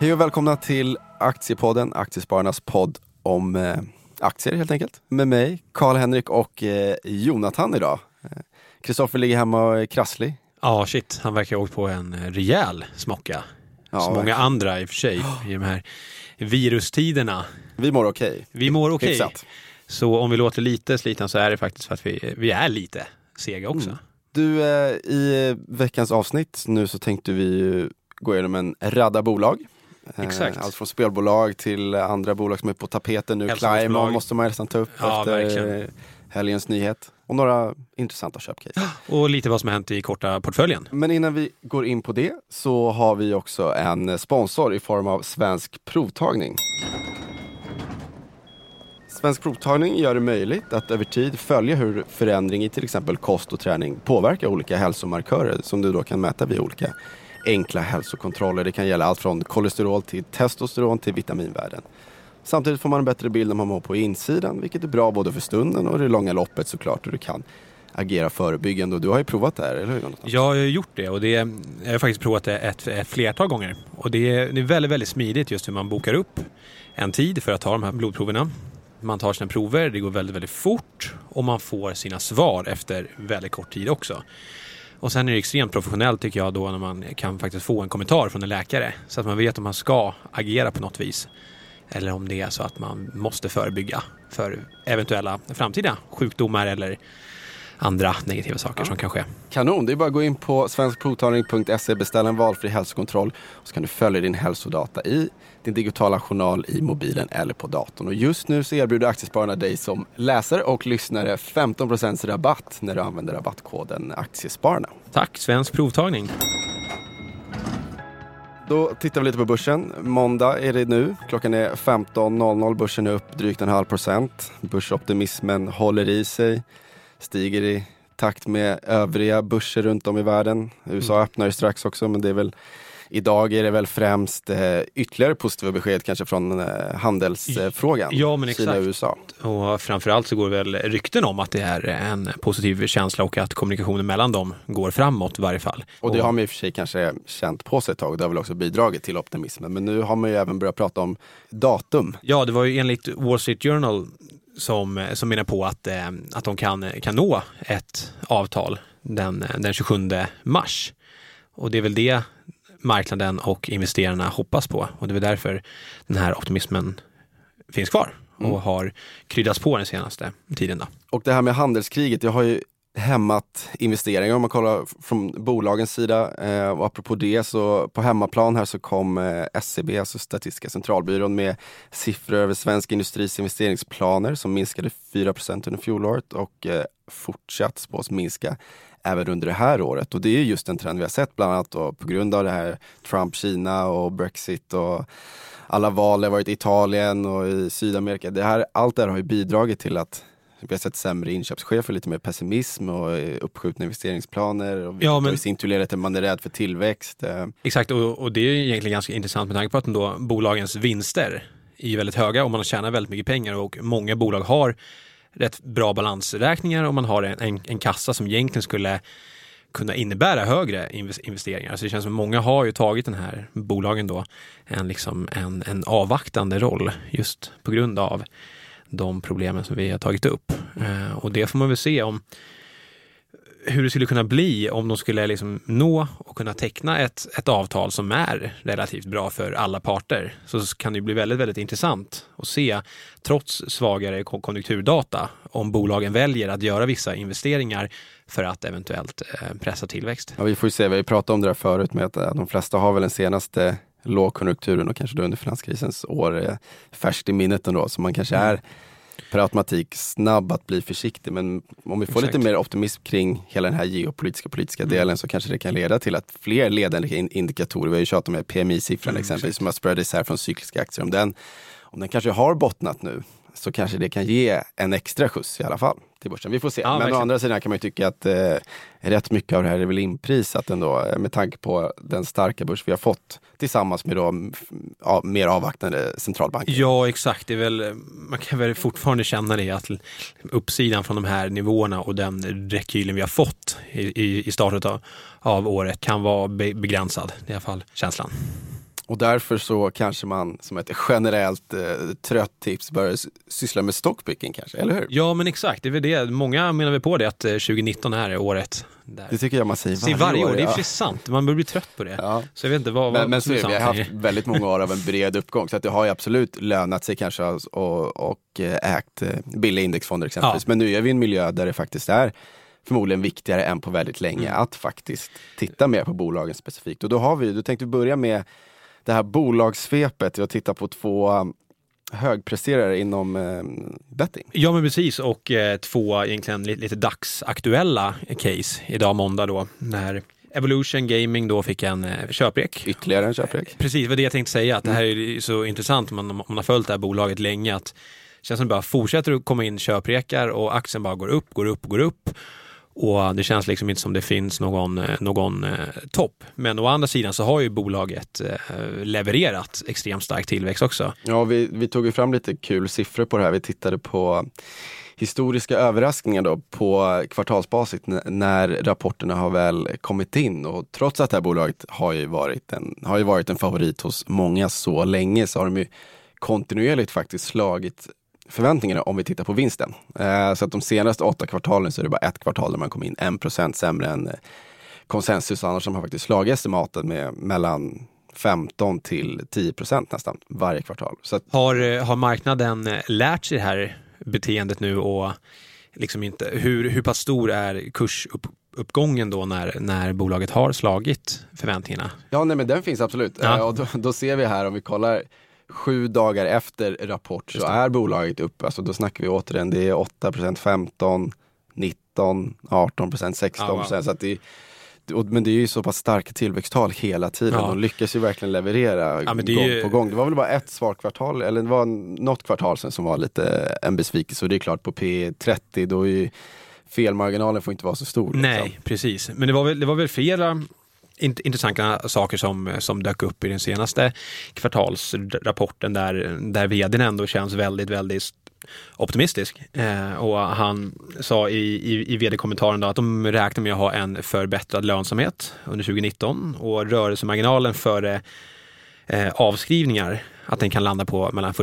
Hej och välkomna till Aktiepodden, Aktiespararnas podd om aktier helt enkelt. Med mig, Karl-Henrik och Jonathan idag. Kristoffer ligger hemma och är krasslig. Ja, shit. Han verkar ha åkt på en rejäl smocka. Ja, som många andra i och för sig i de här virustiderna. Vi mår okej. Vi mår okej. Exakt. Så om vi låter lite slitna så är det faktiskt för att vi är lite sega också. Mm. Du, i veckans avsnitt nu så tänkte vi gå igenom en radda bolag. Exakt. Allt från spelbolag till andra bolag som är på tapeten nu. Climon måste man nästan ta upp efter verkligen. Helgens nyhet. Och några intressanta köpcase. Och lite vad som har hänt i korta portföljen. Men innan vi går in på det så har vi också en sponsor i form av Svensk Provtagning. Svensk Provtagning gör det möjligt att över tid följa hur förändring i till exempel kost och träning påverkar olika hälsomarkörer som du då kan mäta via olika enkla hälsokontroller. Det kan gälla allt från kolesterol till testosteron till vitaminvärden. Samtidigt får man en bättre bild när man mår på insidan, vilket är bra både för stunden och det långa loppet såklart. Och du kan agera förebyggande och du har ju provat det här, eller hur? Jag har gjort det och jag har faktiskt provat det ett flertal gånger. Och det är väldigt, väldigt smidigt just hur man bokar upp en tid för att ta de här blodproverna. Man tar sina prover, det går väldigt, väldigt fort och man får sina svar efter väldigt kort tid också. Och sen är det extremt professionellt tycker jag då när man kan faktiskt få en kommentar från en läkare så att man vet om man ska agera på något vis. Eller om det är så att man måste förebygga för eventuella framtida sjukdomar eller andra negativa saker som kan ske. Kanon, det är bara att gå in på svenskprovtagning.se, beställa en valfri hälsokontroll och så kan du följa din hälsodata i din digitala journal i mobilen eller på datorn. Och just nu så erbjuder Aktiespararna dig som läsare och lyssnare 15% rabatt när du använder rabattkoden Aktiespararna. Tack, Svensk Provtagning. Då tittar vi lite på börsen. Måndag är det nu. Klockan är 15.00. Börsen är upp drygt 0,5%. Börsoptimismen håller i sig. Stiger i takt med övriga börser runt om i världen. USA öppnar ju strax också, men det är väl idag är det väl främst ytterligare positiva besked kanske från handelsfrågan. Ja, men exakt. Kina och USA. Och framförallt så går det väl rykten om att det är en positiv känsla och att kommunikationen mellan dem går framåt i varje fall. Och det har man i och för sig kanske känt på sig ett tag. Det har väl också bidragit till optimismen. Men nu har man ju även börjat prata om datum. Ja, det var ju enligt Wall Street Journal som menar på att de kan nå ett avtal den 27 mars. Och det är väl det marknaden och investerarna hoppas på. Och det är väl därför den här optimismen finns kvar och har kryddats på den senaste tiden då. Och det här med handelskriget, det har ju hämmat investeringar om man kollar från bolagens sida. Och apropå det så på hemmaplan här så kom SCB, alltså Statistiska centralbyrån, med siffror över svensk industris investeringsplaner som minskade 4% under fjolåret och fortsatt spås minska även under det här året. Och det är just en trend vi har sett bland annat då, på grund av det här Trump-Kina och Brexit och alla val har varit i Italien och i Sydamerika. Allt det här har ju bidragit till att vi har sett sämre inköpschefer, lite mer pessimism och uppskjutna investeringsplaner. Och vi har sintulerat att man är rädd för tillväxt. Exakt, och det är egentligen ganska intressant med tanke på att då bolagens vinster är väldigt höga och man tjänar väldigt mycket pengar och många bolag har rätt bra balansräkningar och man har en kassa som egentligen skulle kunna innebära högre investeringar. Så det känns som att många har ju tagit den här bolagen då en avvaktande roll just på grund av de problemen som vi har tagit upp. Och det får man väl se om hur det skulle kunna bli om de skulle nå och kunna teckna ett avtal som är relativt bra för alla parter. Så kan det bli väldigt, väldigt intressant att se, trots svagare konjunkturdata, om bolagen väljer att göra vissa investeringar för att eventuellt pressa tillväxt. Ja, vi får ju se, vi har ju pratat om det där förut med att de flesta har väl den senaste lågkonjunkturen och kanske då under finanskrisens år färskt i minnet ändå, så man kanske är per automatik snabb att bli försiktig, men om vi får lite mer optimism kring hela den här geopolitiska delen så kanske det kan leda till att fler ledande indikatorer, vi har ju tjatat med PMI-siffran exempelvis som har spread isär från cykliska aktier, om den kanske har bottnat nu så kanske det kan ge en extra skjuts i alla fall till börsen. Vi får se. Men å andra sidan kan man ju tycka att rätt mycket av det här är väl inprisat ändå med tanke på den starka börs vi har fått tillsammans med då, mer avvaktande centralbanker. Ja, exakt. Det är väl, man kan väl fortfarande känna det att uppsidan från de här nivåerna och den rekylen vi har fått i starten av året kan vara begränsad. Det är i alla fall känslan. Och därför så kanske man som ett generellt trött tips börjar syssla med stockpicking kanske, eller hur? Ja, men exakt. Det är väl det. Många menar väl på det att 2019 är året. Där. Det tycker jag man säger varje år. Det är ja. ju sant. Man börjar bli trött på det. Ja. Så jag vet inte vad men så är det. Vi har haft väldigt många år av en bred uppgång. Så att det har ju absolut lönat sig kanske och ägt billiga indexfonder exempelvis. Ja. Men nu är vi i en miljö där det faktiskt är förmodligen viktigare än på väldigt länge att faktiskt titta mer på bolagen specifikt. Och då tänkte vi börja med det här bolagssvepet. Jag tittar på 2 högpresterare inom betting. Ja, men precis. Och 2 egentligen lite dagsaktuella case idag måndag då, när Evolution Gaming då fick en köprek. Ytterligare en köprek. Precis, vad det jag tänkte säga. Att det här är så intressant om man har följt det här bolaget länge. Att det känns som det bara fortsätter att komma in köprekar och aktien bara går upp. Och det känns liksom inte som det finns någon topp. Men å andra sidan så har ju bolaget levererat extremt stark tillväxt också. Ja, vi tog ju fram lite kul siffror på det här. Vi tittade på historiska överraskningar då på kvartalsbasis när rapporterna har väl kommit in. Och trots att det här bolaget har ju varit en favorit hos många så länge, så har de ju kontinuerligt faktiskt slagit förväntningarna om vi tittar på vinsten. Så att de senaste 8 kvartalen så är det bara ett kvartal där man kom in 1% sämre än konsensus. Annars har man faktiskt slagit estimaten med mellan 15 till 10% nästan varje kvartal. Så att, har marknaden lärt sig det här beteendet nu och liksom inte, hur pass stor är kursuppgången då när bolaget har slagit förväntningarna? Ja, nej, men den finns absolut. Ja. Och då ser vi här, om vi kollar 7 dagar efter rapport så är bolaget uppe. Alltså då snackar vi återigen, det är 8%, 15%, 19%, 18%, 16%. Så att men det är ju så pass starka tillväxttal hela tiden. De lyckas ju verkligen leverera gång på gång. Det var väl bara ett svagt kvartal, eller det var något kvartal sen som var lite en besvikelse. Och det är klart, på P30 då är ju felmarginalen får inte vara så stor. Nej, liksom. precis. Men det var väl flera intressanta saker som dök upp i den senaste kvartalsrapporten där vdn ändå känns väldigt, väldigt optimistisk. Och han sa i vd-kommentaren då att de räknar med att ha en förbättrad lönsamhet under 2019 och rörelsemarginalen för avskrivningar att den kan landa på mellan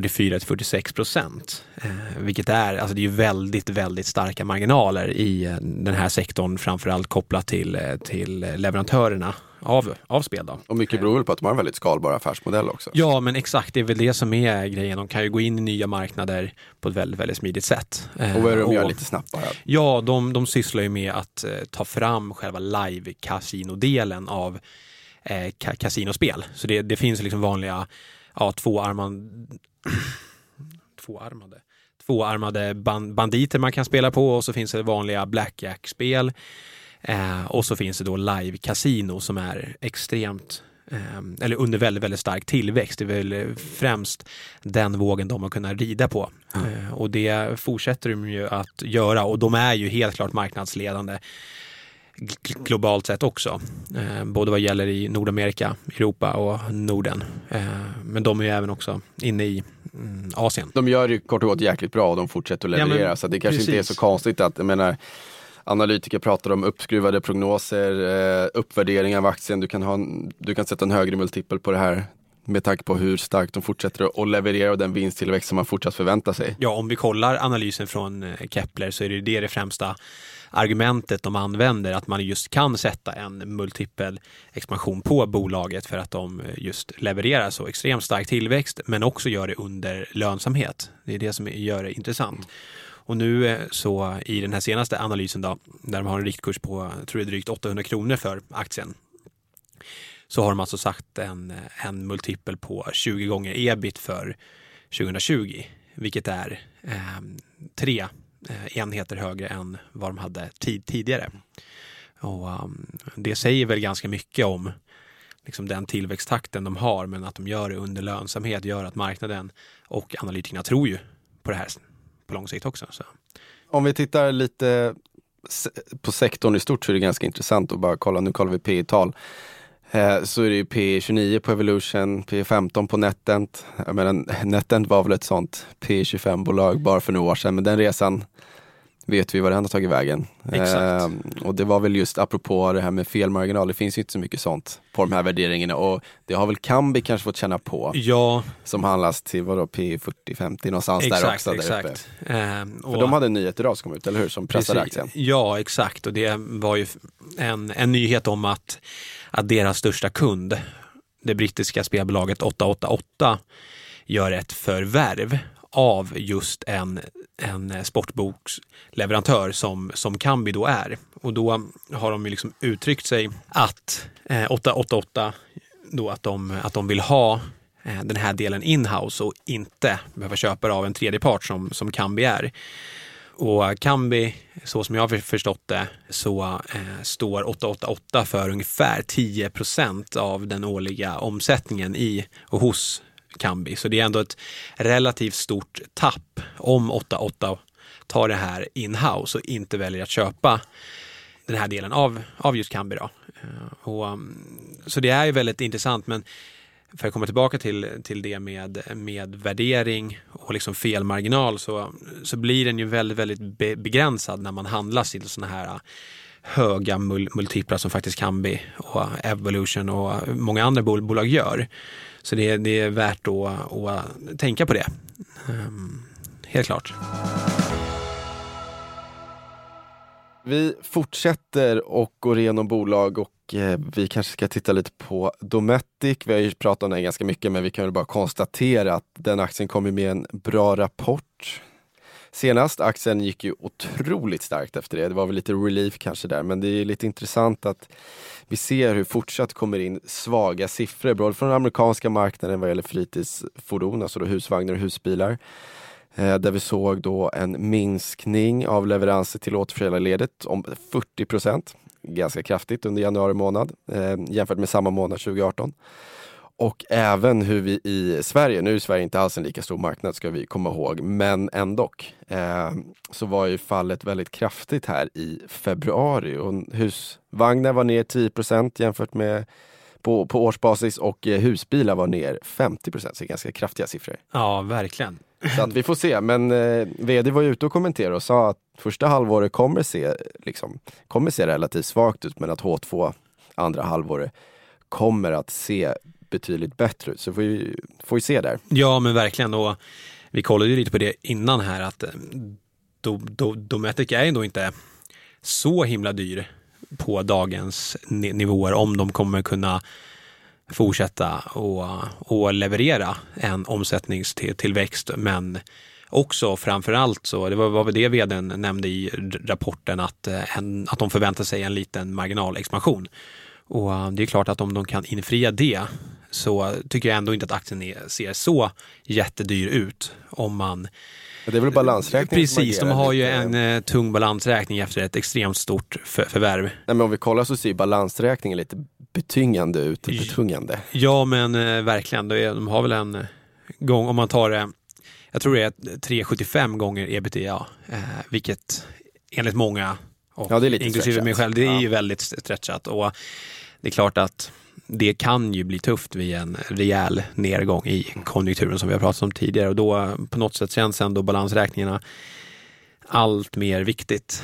44-46%. Vilket alltså det är ju väldigt, väldigt starka marginaler i den här sektorn, framförallt kopplat till leverantörerna av spel då. Och mycket beror på att de har en väldigt skalbar affärsmodell också. Ja, men exakt, det är väl det som är grejen. De kan ju gå in i nya marknader på ett väldigt, väldigt smidigt sätt. Och vad är det de gör lite snabbt bara? Ja, de sysslar ju med att ta fram själva live-kasinodelen av kasinospel. Så det finns liksom vanliga tvåarmade banditer man kan spela på, och så finns det vanliga blackjack-spel. Och så finns det då live-casino som är extremt eller under väldigt, väldigt stark tillväxt. Det är väl främst den vågen de har kunnat rida på. Och det fortsätter de ju att göra, och de är ju helt klart marknadsledande globalt sett också. Både vad gäller i Nordamerika, Europa och Norden. Men de är ju även också inne i Asien. De gör ju kort och gott jäkligt bra och de fortsätter att leverera. Så det kanske inte är så konstigt att, jag menar, analytiker pratar om uppskruvade prognoser, uppvärderingar av aktien. Du kan sätta en högre multipel på det här med tanke på hur starkt de fortsätter att leverera och den vinsttillväxt som man fortsatt förväntar sig. Ja, om vi kollar analysen från Kepler så är det främsta argumentet de använder, att man just kan sätta en multipel expansion på bolaget för att de just levererar så extremt stark tillväxt, men också gör det under lönsamhet. Det är det som gör det intressant. Och nu så i den här senaste analysen då, där de har en riktkurs på, tror jag, drygt 800 kronor för aktien, så har de alltså sagt en multipel på 20 gånger ebit för 2020, vilket är 3 enheter högre än vad de hade tidigare. Och det säger väl ganska mycket om liksom den tillväxttakten de har, men att de gör det under lönsamhet gör att marknaden och analytikerna tror ju på det här på lång sikt också. Så. Om vi tittar lite på sektorn i stort så är det ganska intressant att bara kolla. Nu kollar vi P/tal. Så är det ju P29 på Evolution, P15 på NetEnt. Jag menar, NetEnt var väl ett sånt P25-bolag bara för några år sedan, men den resan vet vi vad den har tagit vägen. Exakt. Och det var väl just apropå det här med felmarginal, det finns ju inte så mycket sånt på de här värderingarna, och det har väl Kambi kanske fått känna på. Ja. Som handlas till vadå, P40-50 någonstans Exakt, där också. exakt. Där uppe. För de hade en nyhet idag som kom ut, eller hur? Som pressade aktien. Ja, exakt. Och det var ju en nyhet om att deras största kund, det brittiska spelbolaget 888, gör ett förvärv av just en sportboksleverantör som Kambi då är. Och då har de ju liksom uttryckt sig att 888 då att de vill ha den här delen in-house och inte behöva köpa det av en tredje part som Kambi är. Och Kambi, så som jag har förstått det, så står 888 för ungefär 10% av den årliga omsättningen i och hos Kambi. Så det är ändå ett relativt stort tapp om 88 tar det här in-house och inte väljer att köpa den här delen av just Kambi då. Så det är ju väldigt intressant, men för att komma tillbaka till det med värdering och liksom felmarginal så blir den ju väldigt, väldigt begränsad när man handlas till såna här höga multiplar som faktiskt Kambi och Evolution och många andra bolag gör. Så det är värt att tänka på det. Helt klart. Vi fortsätter och går igenom bolag, och vi kanske ska titta lite på Dometic. Vi har ju pratat om den ganska mycket, men vi kan ju bara konstatera att den aktien kommer med en bra rapport. Senast aktien gick ju otroligt starkt efter det. Det var väl lite relief kanske där, men det är lite intressant att vi ser hur fortsatt kommer in svaga siffror både från den amerikanska marknaden vad gäller fritidsfordon, alltså då husvagnar och husbilar. Där vi såg då en minskning av leveranser till återförsäljarledet om 40%. Ganska kraftigt under januari månad jämfört med samma månad 2018. Och även hur vi i Sverige, nu är Sverige inte alls en lika stor marknad ska vi komma ihåg, men ändå så var ju fallet väldigt kraftigt här i februari, och husvagnar var ner 10% jämfört med på årsbasis, och husbilar var ner 50%, så ganska kraftiga siffror. Ja, verkligen. Så att vi får se, men vd var ute och kommenterade och sa att första halvåret kommer se relativt svagt ut, men att H2 andra halvåret kommer att se betydligt bättre ut. Så får vi se där. Ja, men verkligen. Och vi kollade ju lite på det innan här, att Dometic är ändå inte så himla dyr på dagens nivåer om de kommer kunna fortsätta och leverera en omsättningstillväxt, men också framförallt så, det var det vdn nämnde i rapporten, att de förväntar sig en liten marginalexpansion. Och det är klart att om de kan infria det, så tycker jag ändå inte att aktien ser så jättedyr ut om man... Det är väl balansräkningen. Precis, de har ju en tung balansräkning efter ett extremt stort förvärv. Nej, men om vi kollar så ser balansräkningen lite betungande ut. Betungande. Ja, men verkligen. De har väl en gång, om man tar det, jag tror det är 3,75 gånger ebitda, vilket enligt många, och det är lite inklusive stretchat. Mig själv, det är ju väldigt stretchat. Och det är klart att det kan ju bli tufft vid en rejäl nedgång i konjunkturen som vi har pratat om tidigare, och då på något sätt känns ändå balansräkningarna allt mer viktigt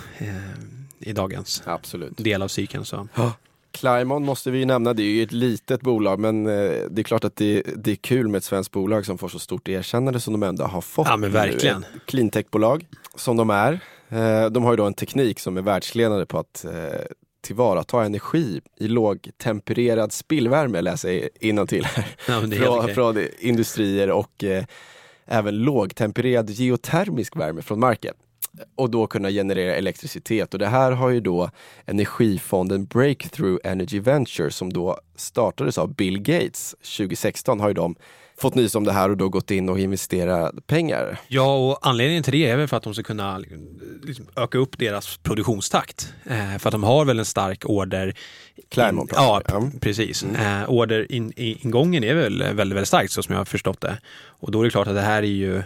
i dagens del av cykeln. Så. Climon måste vi ju nämna, det är ju ett litet bolag, men det är klart att det är kul med ett svenskt bolag som får så stort erkännande som de ändå har fått. Ja, men verkligen. Cleantech-bolag som de är. De har ju då en teknik som är världsledande på att tillvarata energi i lågtempererad spillvärme, läser jag innantill här. Ja, från industrier, och även lågtempererad geotermisk värme från marken. Och då kunna generera elektricitet. Och det här har ju då energifonden Breakthrough Energy Ventures, som då startades av Bill Gates 2016, har ju de fått nys om det här och då gått in och investerat pengar. Ja, och anledningen till det är väl för att de ska kunna liksom öka upp deras produktionstakt. För att de har väl en stark order... Ja, precis. Orderingången är väl väldigt, väldigt starkt, så som jag har förstått det. Och då är det klart att det här är ju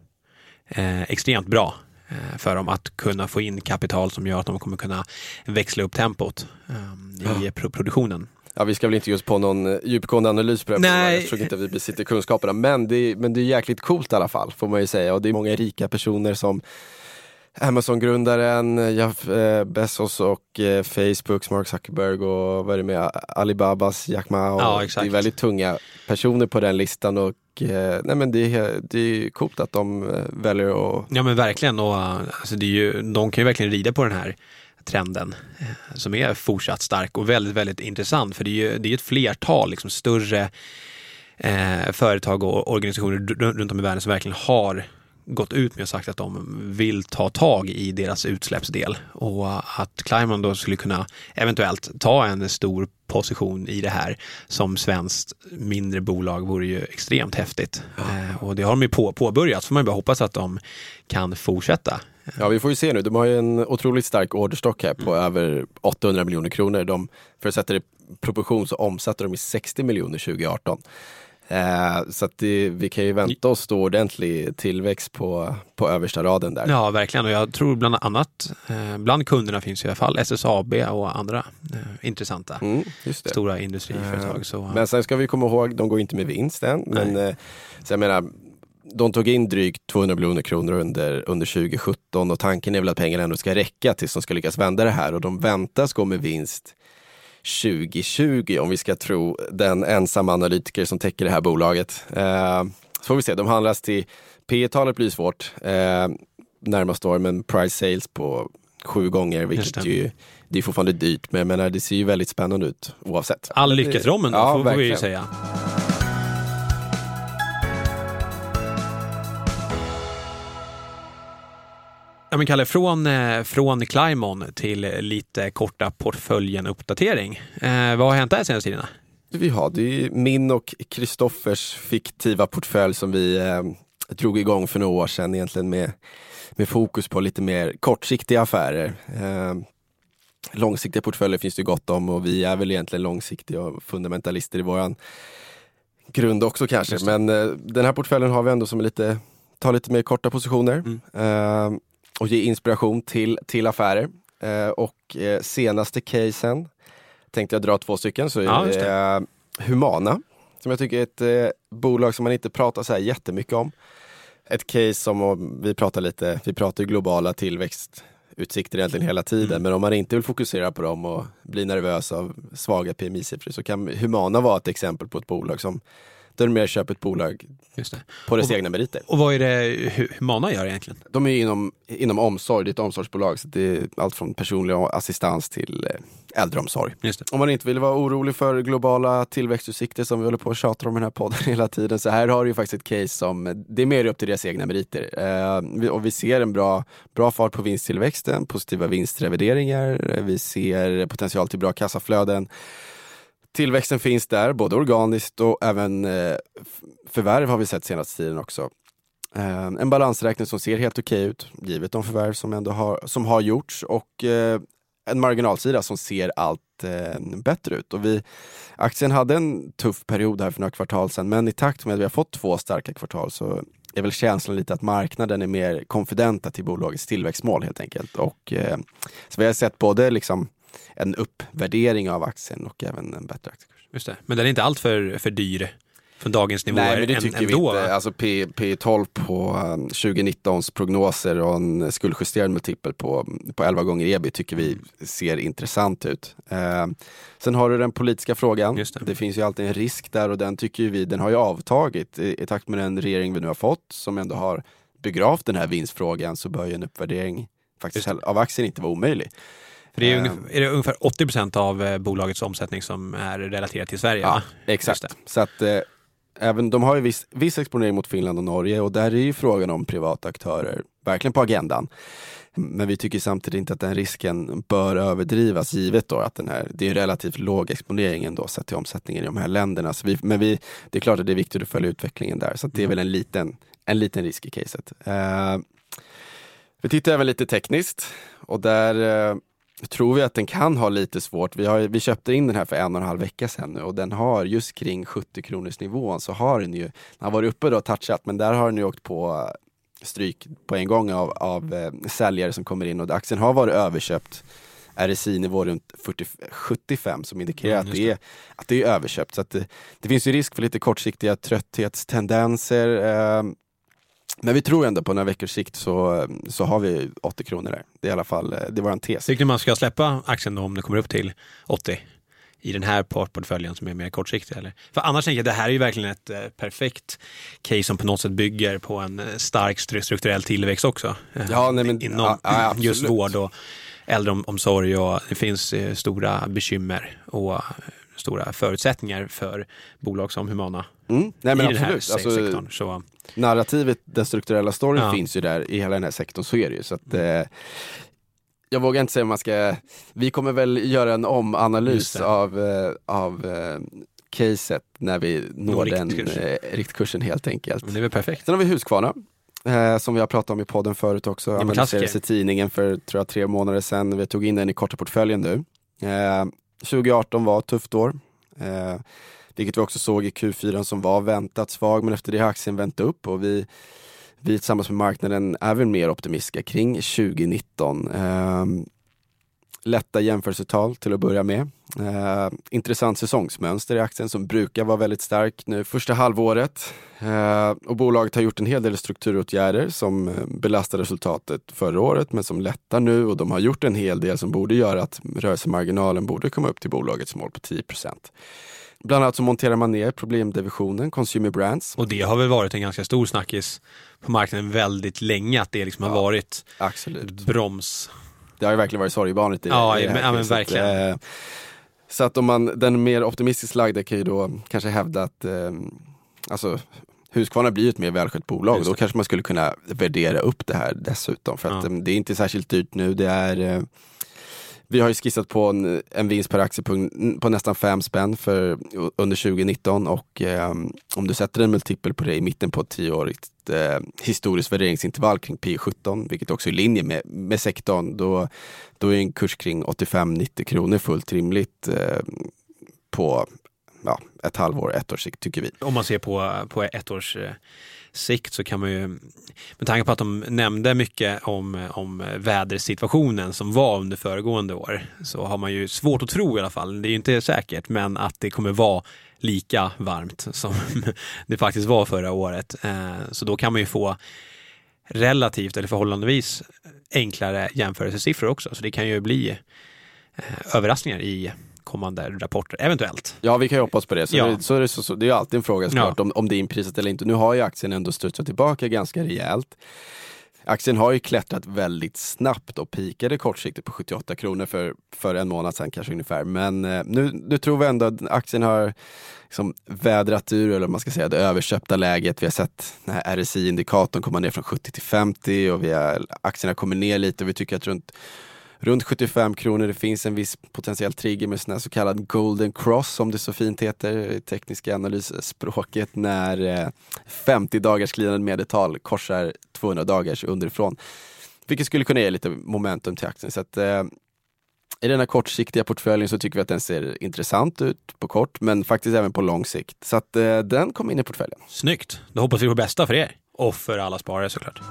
extremt bra för dem att kunna få in kapital som gör att de kommer kunna växla upp tempot i produktionen. Ja, vi ska väl inte just på någon djupgående analys på det. Nej. Jag tror inte att vi besitter kunskaperna, men det är jäkligt coolt i alla fall, får man ju säga. Och det är många rika personer som Amazon-grundaren Jeff Bezos och Facebooks Mark Zuckerberg och vad är det med Alibabas Jack Ma. Ja, exakt. Det är väldigt tunga personer på den listan och nej, men det är coolt att de väljer att... Ja men verkligen, och alltså, de kan ju verkligen rida på den här trenden som är fortsatt stark och väldigt, väldigt intressant, för det är ett flertal liksom, större företag och organisationer runt om i världen som verkligen har gått ut med och sagt att de vill ta tag i deras utsläppsdel, och att Climon då skulle kunna eventuellt ta en stor position i det här som svenskt mindre bolag vore ju extremt häftigt. Och det har de ju påbörjat, så man bara hoppas att de kan fortsätta. Ja, vi får ju se nu. De har ju en otroligt stark orderstock här på över 800 miljoner kronor. För att sätta det i proportion så omsatte de i 60 miljoner 2018. Så att vi kan ju vänta oss då ordentlig tillväxt på översta raden där. Ja, verkligen. Och jag tror bland annat, bland kunderna finns i alla fall SSAB och andra intressanta stora industriföretag. Men sen ska vi komma ihåg, de går inte med vinst än. Men så jag menar, de tog in drygt 200 miljoner kronor under 2017 och tanken är väl att pengarna ändå ska räcka tills de ska lyckas vända det här. Och de väntas gå med vinst 2020 om vi ska tro den ensamma analytiker som täcker det här bolaget. Så får vi se, de handlas till P-talet blir svårt närmast år, men price sales på 7 gånger, vilket ju, det är fortfarande dyrt, men jag menar, det ser ju väldigt spännande ut oavsett. All lycka till dem, får vi ju säga. Ja, men Kalle, från Climon till lite korta portföljen-uppdatering. Vad har hänt där senaste tiderna? Vi har det min och Kristoffers fiktiva portfölj som vi drog igång för några år sedan, egentligen med fokus på lite mer kortsiktiga affärer. Långsiktiga portföljer finns det gott om och vi är väl egentligen långsiktiga och fundamentalister i våran grund också kanske. Men den här portföljen har vi ändå som tar lite mer korta positioner. Och ge inspiration till affärer. Och senaste casen tänkte jag dra 2 stycken. Så Humana, som jag tycker är ett bolag som man inte pratar så här jättemycket om. Ett case som vi pratar ju globala tillväxtutsikter egentligen hela tiden. Men om man inte vill fokusera på dem och bli nervös av svaga PMI-siffror så kan Humana vara ett exempel på ett bolag som där du mer köper ett bolag på dess egna meriter. Och vad är det Humana gör egentligen? De är inom omsorg, det är ett omsorgsbolag, så det är allt från personlig assistans till äldreomsorg. Om man inte vill vara orolig för globala tillväxtutsikter som vi håller på att tjata om i den här podden hela tiden, så här har du ju faktiskt ett case som, det är mer upp till deras egna meriter. Och vi ser en bra fart på vinsttillväxten, positiva vinstrevideringar, vi ser potential till bra kassaflöden. Tillväxten finns där, både organiskt och även förvärv har vi sett senaste tiden också. En balansräkning som ser helt okej ut, givet de förvärv som har gjorts, och en marginalsida som ser allt bättre ut. Och aktien hade en tuff period här för några kvartal sedan, men i takt med att vi har fått 2 starka kvartal så är väl känslan lite att marknaden är mer konfidenta till bolagets tillväxtmål helt enkelt. Och så vi har sett både liksom en uppvärdering av aktien och även en bättre aktiekurs. Just det. Men den är inte allt för dyr från dagens nivå. Nej, men det tycker vi inte. Alltså P12 på 2019s prognoser och en skuldjusterad multipel på 11 gånger EBIT tycker vi ser intressant ut. Sen har du den politiska frågan. Det finns ju alltid en risk där och den tycker vi, den har ju avtagit i takt med den regering vi nu har fått som ändå har begravt den här vinstfrågan, så bör ju en uppvärdering faktiskt av aktien inte vara omöjlig. För det är ungefär 80% av bolagets omsättning som är relaterat till Sverige. Ja, exakt. Så att även de har ju viss exponering mot Finland och Norge, och där är ju frågan om privata aktörer verkligen på agendan. Men vi tycker samtidigt inte att den risken bör överdrivas, givet då att det är relativt låg exponering ändå sett till omsättningen i de här länderna. Så det är klart att det är viktigt att följa utvecklingen där. Så att det är väl en liten risk i caset. Vi tittar även lite tekniskt, och där tror vi att den kan ha lite svårt. Vi köpte in den här för 1,5 vecka sedan nu, och den har just kring 70 kronors nivån, så har den har varit uppe och touchat, men där har den ju åkt på stryk på en gång av säljare som kommer in, och aktien har varit överköpt. RSI-nivå runt 75 som indikerar att det är överköpt. Så att det finns ju risk för lite kortsiktiga trötthetstendenser. Men vi tror ändå på några veckors sikt så har vi 80 kronor där. Det är i alla fall, det var en tes. Tycker man ska släppa aktien då om det kommer upp till 80 i den här portföljen som är mer kortsiktig? Eller? För annars tänker jag att det här är ju verkligen ett perfekt case som på något sätt bygger på en stark strukturell tillväxt också. Ja, nej, men, inom just vård och äldreomsorg, och det finns stora bekymmer och stora förutsättningar för bolag som Humana nej, men i absolut. den här sektorn. Så narrativet, den strukturella storyn finns ju där i hela den här sektorn, så är det ju. Så att, jag vågar inte säga om man ska... Vi kommer väl göra en omanalys av caset när vi når den riktkursen helt enkelt. Men det är väl perfekt. Sen har vi Husqvarna. Som vi har pratat om i podden förut också. Analyserades i tidningen för, tror jag, 3 månader sedan. Vi tog in den i korta portföljen nu. 2018 var ett tufft år. Vilket vi också såg i Q4 som var väntat svag. Men efter det har aktien vänt upp. Och vi tillsammans med marknaden är väl mer optimistiska kring 2019. Lätta jämförelsetal till att börja med. Intressant säsongsmönster i aktien som brukar vara väldigt stark nu första halvåret. Och bolaget har gjort en hel del strukturåtgärder som belastar resultatet förra året men som lättar nu, och de har gjort en hel del som borde göra att rörelsemarginalen borde komma upp till bolagets mål på 10%. Bland annat så monterar man ner problemdivisionen Consumer Brands. Och det har väl varit en ganska stor snackis på marknaden väldigt länge, att det liksom har varit broms. Det har ju verkligen varit sorgbarnet i det här. Men verkligen. Så att om man, den mer optimistiskt lagda kan ju då kanske hävda att Husqvarna blir ett mer välskött bolag, och då kanske man skulle kunna värdera upp det här dessutom, för att det är inte särskilt dyrt nu. Det är vi har ju skissat på en vinst per aktie på nästan 5 spänn för under 2019, och om du sätter en multipel på det i mitten på ett 10-årigt historiskt värderingsintervall kring P17, vilket också är i linje med sektorn, då är en kurs kring 85-90 kronor fullt rimligt på ett halvår, 1 års sikt, tycker vi. Om man ser på 1 års sikt så kan man ju, med tanke på att de nämnde mycket om vädersituationen som var under föregående år, så har man ju svårt att tro i alla fall, det är ju inte säkert, men att det kommer vara lika varmt som det faktiskt var förra året. Så då kan man ju få relativt eller förhållandevis enklare jämförelsesiffror också, så det kan ju bli överraskningar i kommande rapporter, eventuellt. Ja, vi kan ju hoppas på det. Så det är ju alltid en fråga såklart om det är inprisat eller inte. Nu har ju aktien ändå studsat tillbaka ganska rejält. Aktien har ju klättrat väldigt snabbt och pikade kortsiktigt på 78 kronor för en månad sedan kanske ungefär. Men nu tror vi ändå att aktien har liksom vädrat ur, eller man ska säga det överköpta läget. Vi har sett den här RSI-indikatorn komma ner från 70 till 50 och aktierna kommer ner lite, och vi tycker att runt 75 kronor det finns en viss potentiell trigger med sån här så kallad golden cross, som det så fint heter i tekniska analysspråket, när 50 dagars glidande medeltal korsar 200 dagars underifrån. Vilket skulle kunna ge lite momentum till aktien. Så att i den här kortsiktiga portföljen så tycker vi att den ser intressant ut på kort, men faktiskt även på lång sikt. Så att den kommer in i portföljen. Snyggt. Då hoppas vi på bästa för er och för alla sparare såklart.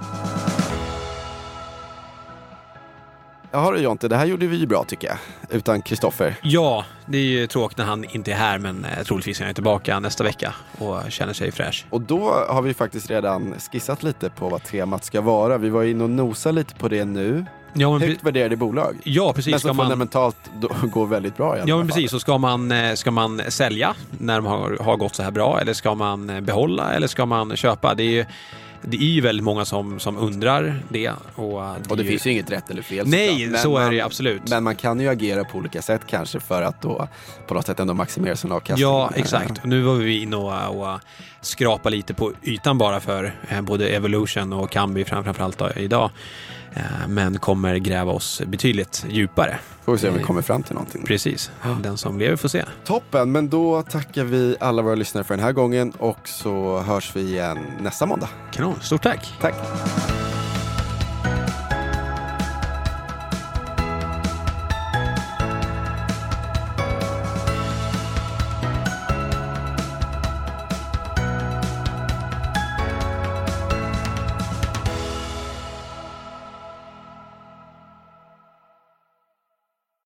Ja du Jonte, det här gjorde vi ju bra tycker jag, utan Kristoffer. Ja, det är ju tråkigt när han inte är här, men troligtvis är han tillbaka nästa vecka och känner sig fräsch. Och då har vi faktiskt redan skissat lite på vad temat ska vara. Vi var inne och nosade lite på det nu. Ja, men högt värderade bolag. Ja, precis. Men som fundamentalt går väldigt bra i alla Ja, men fall. precis. Så ska man sälja när de har gått så här bra, eller ska man behålla, eller ska man köpa? Det är ju väldigt många som undrar det. Och det finns ju inget rätt eller fel. Nej, så är det absolut. Men man kan ju agera på olika sätt kanske för att då på något sätt ändå maximera sin avkastning. Ja, exakt. Och nu var vi inne och skrapa lite på ytan bara för både Evolution och Kambi framförallt idag. Men kommer gräva oss betydligt djupare. Får vi se om vi kommer fram till någonting. Precis, den som lever får se. Toppen, men då tackar vi alla våra lyssnare för den här gången, och så hörs vi igen nästa måndag. Kanon, stort tack. Tack.